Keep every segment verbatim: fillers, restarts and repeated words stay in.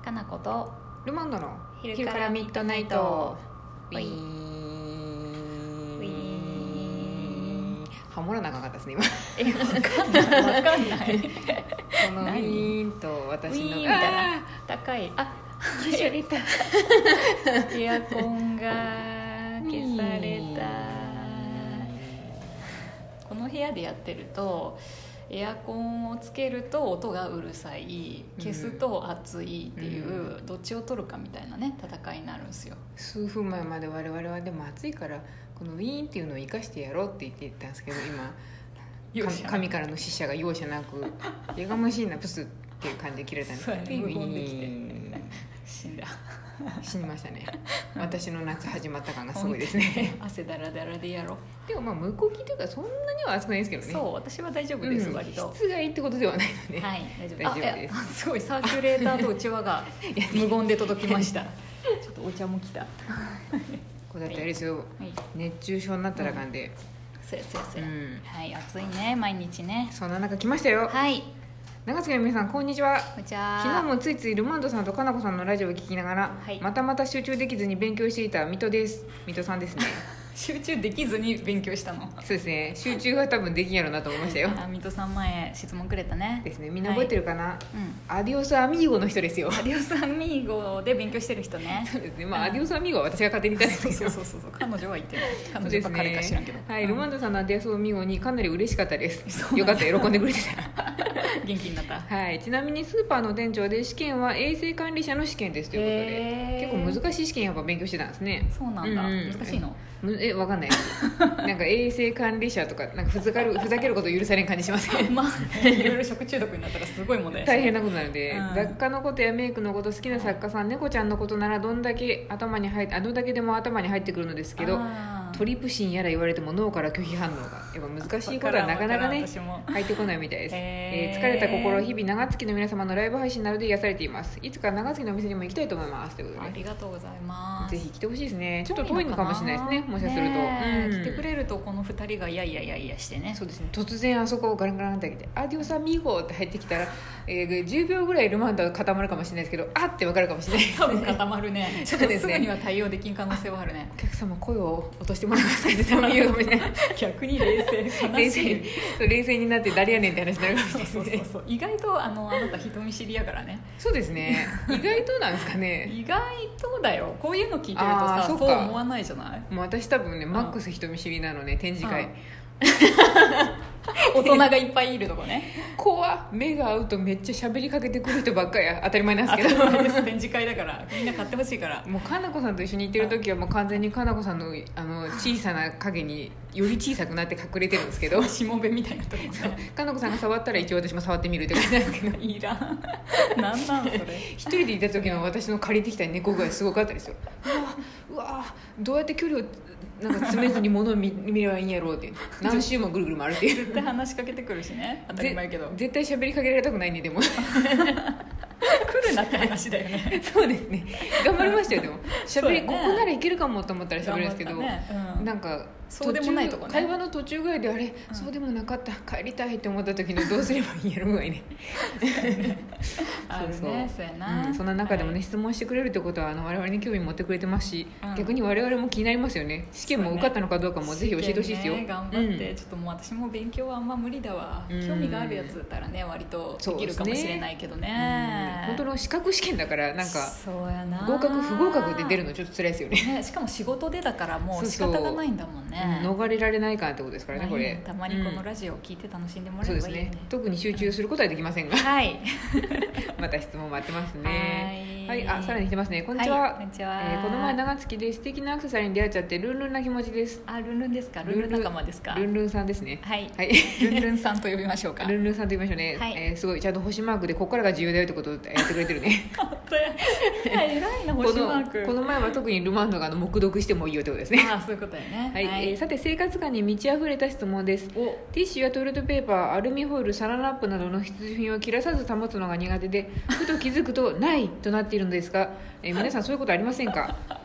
かなことルマンドの昼からミッドナイト。 ウィーンウィーンハモらなあかんかったですね今え分かんない分かんないこのウィーンと私のウィーンみたいな高いあ消されたエアコンが消された。この部屋でやってるとエアコンをつけると音がうるさい、消すと暑いっていう、うん、どっちを取るかみたいなね戦いになるんですよ。 数分前まで我々はでも暑いからこのウィーンっていうのを生かしてやろうって言ってたんですけど、今神からの使者が容赦なくやがましいなプスっていう感じで切れたんです。 そうやね、無言できて死んだ死にましたね私の夏始まった感がすごいですね汗だらだらでやろう。 でもまあ向こう着というかそんなには暑くないですけどね。 そう私は大丈夫です、 うん、 割と室外ってことではないので、 はい大丈夫大丈夫です。 あすごいサーキュレーターとうちわが無言で届きましたちょっとお茶も来たこれだってあれですよ、 はい、 熱中症になったらあかんで、うん、 そうやそうやそうや、 うん、 はい暑いね毎日ね。 そんな中来ましたよ。 はい長崎の皆さんこんにちは。 こんにちは。 昨日もついついルマンドさんとかなこさんのラジオを聞きながら、はい、またまた集中できずに勉強していた水戸です。水戸さんですね集中できずに勉強したの。 そうですね、集中は多分できんやろうなと思いましたよあ水戸さん前質問くれたね。 ですね、みんな覚えてるかな、はい、 うん、 アディオスアミーゴの人ですよ。 アディオスアミーゴで勉強してる人ね。 そうですね、まあ、うん、アディオスアミーゴは私が勝手に言ったんですけどそうそうそうそう彼女は言ってない。彼女か彼か知らんけど、 ね、はい、うん、ルマンドさんのアディオスアミーゴにかなり嬉しかったです。よかった喜んでくれてた元気になった。 はい、ちなみにスーパーの店長で試験は衛生管理者の試験ですということで、結構難しい試験やっぱ勉強してたんですね。 そうなんだ、うんうん、難しいのえわかんないなんか衛生管理者とかなんかふざかるふざけること許されん感じしません、 まあ、いろいろ食中毒になったらすごい問題、ね、 大変なことなので、うん、雑貨のことやメイクのこと好きな作家さん、うん、猫ちゃんのことならどんだけ頭に入あどんだけでも頭に入ってくるのですけど、トリプシンやら言われても脳から拒否反応がやっぱ難しいことはなかなかね入ってこないみたいです、えー、疲れた心日々長月の皆様のライブ配信などで癒されています。いつか長月のお店にも行きたいと思いますということで、 ありがとうございます。 ぜひ来てほしいですね。ちょっと遠いのかもしれないですね、もしかすると、 ね、うん、来てくれるとこのふたりがいやいやいやいやしてね。 そうですね、突然あそこをガランガランって開けてアディオスアミーゴって入ってきたら、えー、じゅうびょうぐらいルマンドは固まるかもしれないですけど、あって分かるかもしれないですね。 多分固まるねちょっとすぐには対応できん可能性はあるね。 お客様声を落としてもらいますって多分言うかもしれない逆に冷静冷静そう冷静になって誰やねんって話になるかもしれないですね。 そうそうそう意外とあのあなた人見知りやからね。 そうですね意外となんですかね意外とだよ。こういうの聞いてるとさそうそう思わないじゃない。 もう私多分ねマックス人見知りなのね。展示会大人がいっぱいいるとこね。 怖目が合うとめっちゃ喋りかけてくる人ばっかりや。当たり前なんですけど当たり前です。展示会だからみんな買ってほしいから。もうかなこさんと一緒に行ってる時はもう完全にかなこさんのあの小さな影により小さくなって隠れてるんですけどしもべみたいなとこね。 かなこさんが触ったら一応私も触ってみるって感じなんですけどいらんなんなんそれ。 一人でいた時の私の借りてきた猫がすごかったですよ。うわうわどうやって距離をなんか詰めずに物を 見, 見ればいいんやろうって何周もぐるぐる回るっていう絶対話しかけてくるしね。当たり前けど絶対喋りかけられたくないね。でも来るなって話だよねそうですね頑張りましたよ。でも喋り、ね、ここならいけるかもと思ったら喋るんですけど、 ね、うん、 なんかそうでもないとこね。 会話の途中ぐらいであれ、うん、そうでもなかった帰りたいって思った時のどうすればいいんやろぐらいねあるねそうやな、 うん、そんな中でもね、はい、質問してくれるってことはあの我々に興味持ってくれてますし、うん、逆に我々も気になりますよね。試験も受かったのかどうかもぜひ教えてほしいですよ、 ね、頑張って、うん、ちょっともう私も勉強はあんま無理だわ、うん、興味があるやつだったらね割とできるかもしれないけど ね, ね、 うん、本当の資格試験だからなんかそうやな合格不合格で出るのちょっと辛いですよ ね, ねしかも仕事でだからもう仕方がないんだもんね。 そうそう、うん、逃れられないかってことですからね、まあ、これたまにこのラジオを聞いて楽しんでもらえばいいよね、うん、そうですね。 特に集中することはできませんが、 はいまた質問待ってますね。はい、 はい、 あさらに来てますね。こんにちは、 はい、こんにちは、 えー、この前長月で素敵なアクセサリーに出会っちゃってルンルンな気持ちです。 あルンルンですか。ルンルン仲間ですか。 ルンルンさんですね。 はい、 はい、 ルンルンさんと呼びましょうか。 ルンルンさんと呼びましょうね、はい。えー、すごいちゃんと星マークでここからが重要だよってことをやってくれてるね本当や偉いな星マーク。 この、この前は特にルマンドがあの黙読してもいいよってことですね。 あそういうことやね。 はい、はい、えー、さて生活感に満ち溢れた質問です。ティッシュやトイレットペーパー、アルミホイル、サランラップなどの必需品を切らさず保つのが苦手でふと気づくとないとなっているのですが、えー、皆さんそういうことありませんか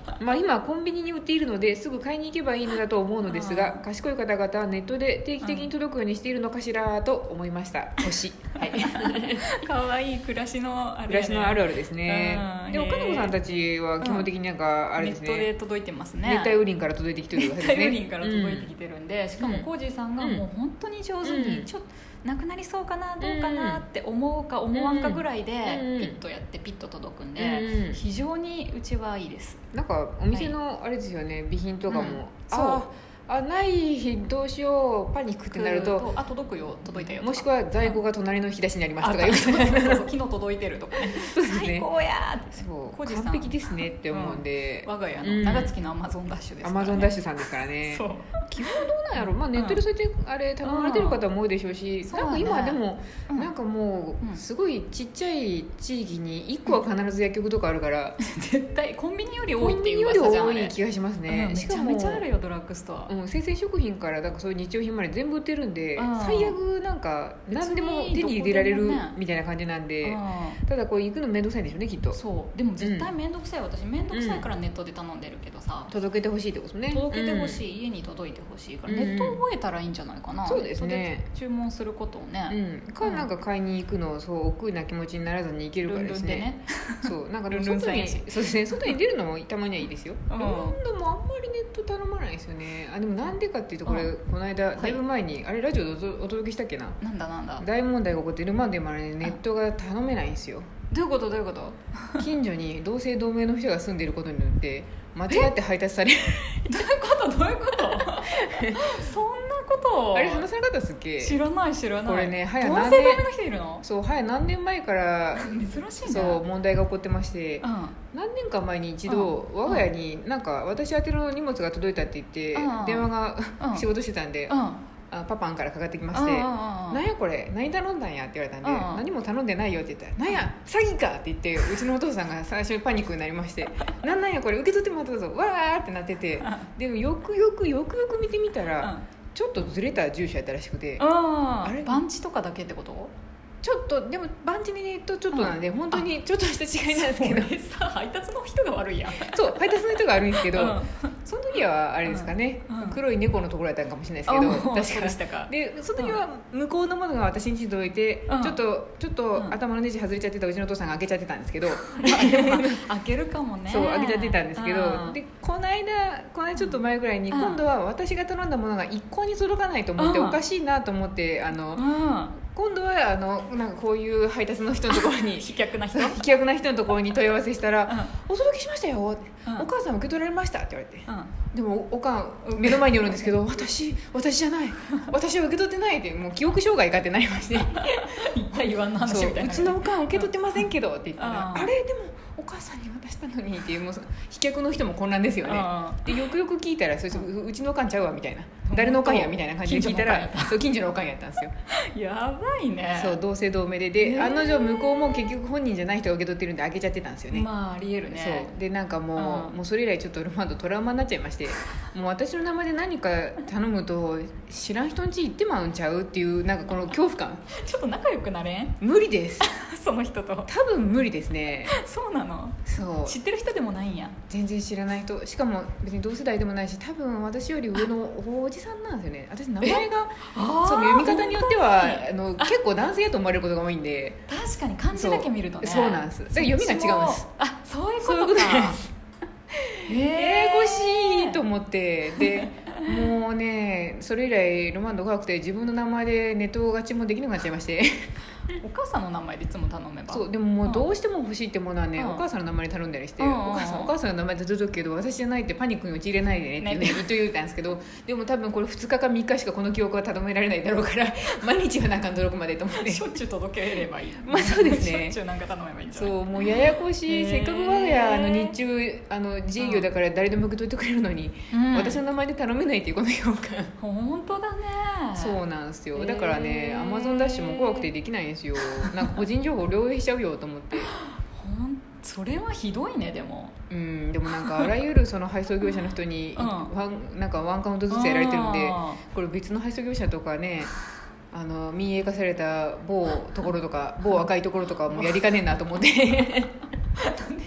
まあ今コンビニに売っているのですぐ買いに行けばいいのだと思うのですが、賢い方々はネットで定期的に届くようにしているのかしらと思いました。星、はい、 かわいい暮らしのあれ、ね、 暮らしのあるあるですね。でもかのこさんたちは基本的になんかあれですね、 ネットで届いてますね。 熱帯雨林から届いてきてるわけですね。 熱帯雨林から届いてきてるんで、うん、しかもコージーさんがもう本当に上手に、ちょっとなくなりそうかなどうかなって思うか思わんかぐらいでピッとやってピッと届くんで、非常にうちはいいです。 なんかお店のあれですよね、はい、備品とかも、うん、 そうああないどうしようパニックってなると、 あ届くよ届いたよとか、 もしくは在庫が隣の引き出しにありますとか言う、 そうそうそうそう昨日届いてるとかねそうですね、 最高やーって、 そう完璧ですねって思うんで、 うん、我が家の長月のアマゾンダッシュですからね。 アマゾンダッシュさんですからね。そう基本どうなんやろ、まあ、ネットでそうやってあれ頼まれてる方も多いでしょうし、うん、なんか今でも、うん、なんかもうすごいちっちゃい地域にいっこは必ず薬局とかあるから、うん、 絶対コンビニより多いっていう噂じゃん。 コンビニより多い気がしますね、 うん、めちゃめちゃあるよドラッグストア、 うん、生鮮食品からなんかそういう日用品まで全部売ってるんで、最悪なんか何でも手に入れられるみたいな感じなんで、ただこう行くの面倒くさいんでしょうねきっと。 そうでも絶対面倒くさい、うん、私面倒くさいからネットで頼んでるけどさ、 届けてほしいってことね。 届けてほしい、うん、家に届いてほしいから、ネット覚えたらいいんじゃないかな、うん、 そうですね、 ネットで注文することをね、 うん、かなんか買いに行くのをそう億劫な気持ちにならずに行けるからですね。ルンルンでねそうなんかでも外にそうですね、外に出るのもたまにはいいですよ。ルンルンもあんまりネット頼まないですよね。あでもなんでかっていうとこれ、うん、この間だいぶ前に、はい、あれラジオでお届けしたっけな、 なんだなんだ大問題が起こってルマンでもあれ、ね、ネットが頼めないんですよ。 どういうことどういうこと近所に同姓同名の人が住んでいることによって間違って配達されるどういうことどういうことそんなことあれ話さなかったっすっけ。 知らない知らない。 これね早何年同姓同名の人いるの。 そう早何年前から珍しいね。 そう問題が起こってまして、 うん、 何年か前に一度、うん、我が家になんか私宛ての荷物が届いたって言って、うん、電話が、うん、仕事してたんで、うんあパパンからかかってきまして、なんやこれ何頼んだんやって言われたんで、何も頼んでないよって言ったら、なんや詐欺かって言って、うちのお父さんが最初にパニックになりまして、なんなんやこれ受け取ってもらったぞわーってなってて、でもよくよくよくよく見てみたら、ちょっとずれた住所やったらしくて、 ああれ番地とかだけってこと？ ちょっとでも番地にとちょっとなんで、うん、本当にちょっとした違いなんですけど、 それさ配達の人が悪いやん。 そう配達の人が悪いんですけど、 うん、 その時はあれですかね、うん、黒い猫のところやったのかもしれないですけど、確かしたか。 でその時は向こうのものが私に届いて、うん、ちょっとちょっと頭のネジ外れちゃってたうちのお父さんが開けちゃってたんですけど、 開けるかもね。 そう開けちゃってたんですけど、でこの間この間ちょっと前ぐらいに、今度は私が頼んだものが一向に届かないと思って、おかしいなと思ってあの、今度はあのなんかこういう配達の人のところに飛脚な人飛脚な人のところに問い合わせしたら、うん、お届けしましたよ、うん、お母さん受け取られましたって言われて、うん、でもおかん目の前におるんですけど私私じゃない私は受け取ってないってもう記憶障害かってなりまして一体言わんの話みたいな、 うちのおかん受け取ってませんけどって言ったら、あれでもお母さんに渡したのにっていう、もう飛脚の人も混乱ですよね。でよくよく聞いたらそれうちのおかんちゃうわみたいな、誰のおかんやみたいな感じで聞いたらそう近所のおかんやったんですよ。 やばいね。 そう同姓同名でで、案の定向こうも結局本人じゃない人が受け取ってるんで開けちゃってたんですよね。 まあありえるね。 そうでなんかもう、うん、もうそれ以来ちょっとルマンドトラウマになっちゃいまして、もう私の名前で何か頼むと知らん人ん家行ってまうんちゃうっていうなんかこの恐怖感ちょっと仲良くなれん？ 無理ですその人と多分無理ですね。 そうなの？ そう知ってる人でもないんや。 全然知らない人、しかも別に同世代でもないし、多分私より上のおじさんなんですよね。私名前がその読み方によってはあの結構男性やと思われることが多いんで。 確かに漢字だけ見るとね。 そう、そうなんです。だから読みが違うんです。 あ、そういうことか。 ややこしいと思ってでもうねそれ以来ロマンドが怖くて自分の名前でネット勝ちもできなくなっちゃいましてお母さんの名前でいつも頼めば。 そうでももうどうしても欲しいってものはね、うん、お母さんの名前で頼んだりして、うん、お母さんお母さんの名前で届くけど私じゃないってパニックに陥れないでねって、ね、言っと言ったんですけどでも多分これふつかかみっかしかこの記憶は頼められないだろうから毎日はなんか届くまでと思ってしょっちゅう届ければいいまあそうですねしょっちゅうなんか頼めばいいんじゃない。 そうもうややこしい。せっかく我が家の日中あの自営業だから誰でも受け取ってくれるのに、うん、私の名前で頼めないっていうこの評価本当だね。 そうなんですよ。だからねアマゾンダッシュも怖くてできないんですよ。なんか個人情報漏洩しちゃうよと思ってほんそれはひどいね。でもうんでもなんかあらゆるその配送業者の人に、うん、ワンなんかワンカウントずつやられてるんで、これ別の配送業者とかねあの民営化された某ところとか某赤いところとかもやりかねえなと思ってなんでそこ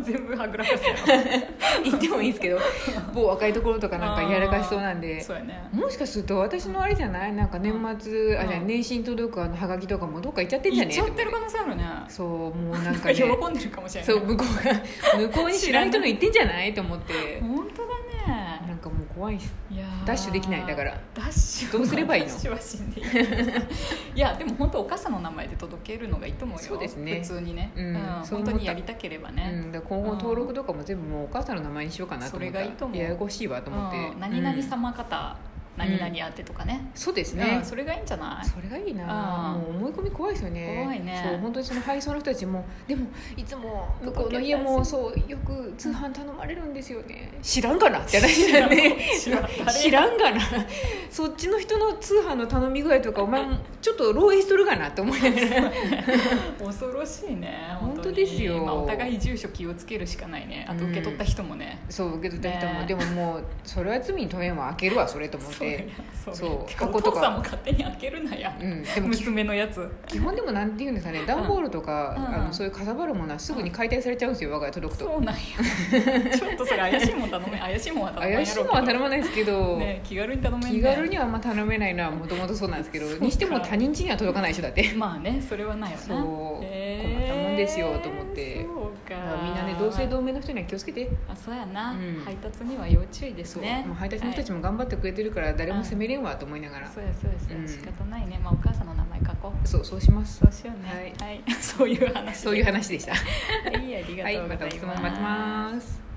全部はぐらかすや言ってもいいですけど某若いところとかなんかやらかしそうなんで、 そうやね、 もしかすると私のあれじゃない、なんか年末、うん、あじゃあ年始に届くあのハガキとかもどっか行っちゃってんじゃねえ行っちゃってる可能性あるね。 そうもうなんか、ね、 喜んでるかもしれない。 そう向こうが向こうに知らん人の言ってんじゃないと思って本当だね。 なんかもう怖いっす。 いやダッシュできないだからダッシュどうすればいいの。 ダッシュは死んでいいいやでも本当お母さんの名前で届けるのがいいと思うよ。 そうですね、 普通にね、 うんうん、本当にやりたければね、 うん、だから今後登録とかも全部もうお母さんの名前にしようかなと思った。 それがいいと思う。 ややこしいわと思って、 うん、何々様方、うん、何々あってとかね、 うん、そうですね、 うん、それがいいんじゃない。 それがいいな、うん、もう思い込み怖いですよね。 怖いね。 そう本当にその配送の人たちもでもいつも向こうの家もそうよく通販頼まれるんですよね。知らんかなって話だね。知らんがなそっちの人の通販の頼み具合とかお前もちょっと漏洩しとるかなって思いながら恐ろしいね。 本当ですよ、 まあ、お互い住所気をつけるしかないね。あと受け取った人もね、 うん、そう受け取った人も、ね、でももうそれは罪に問えんわ開けるわそれと思ってそうそう箱とかお父さんも勝手に開けるなや、うん、でも娘のやつ基本でもなんていうんですかね、段ボールとか、うん、あのそういうかさばるものはすぐに解体されちゃうんですよ、我が家届くと。 そうなんやちょっとそれ怪しいもん頼め怪しいもんは頼めない怪しいもんは頼まないですけど、 ね、気軽に頼めんね。 気軽にはあんま頼めないのはもともとそうなんですけどにしても他人家には届かない人だってまあねそれはないよな。 そう、えー、困ったもんですよと思って。 そうか、 みんなね同姓同名の人には気をつけて。 あそうやな、 うん、 配達には要注意ですね。 もう配達の人たちも頑張ってくれてるから誰も責めれんわと思いながら、 そうやそうやそうや、うん、仕方ないね。まあお母さんの名前書こう。 そうそうします。 そうしようね、はい、はい、そういう話そういう話でしたはい、ありがとうございます。 はい、またお質問待ってます。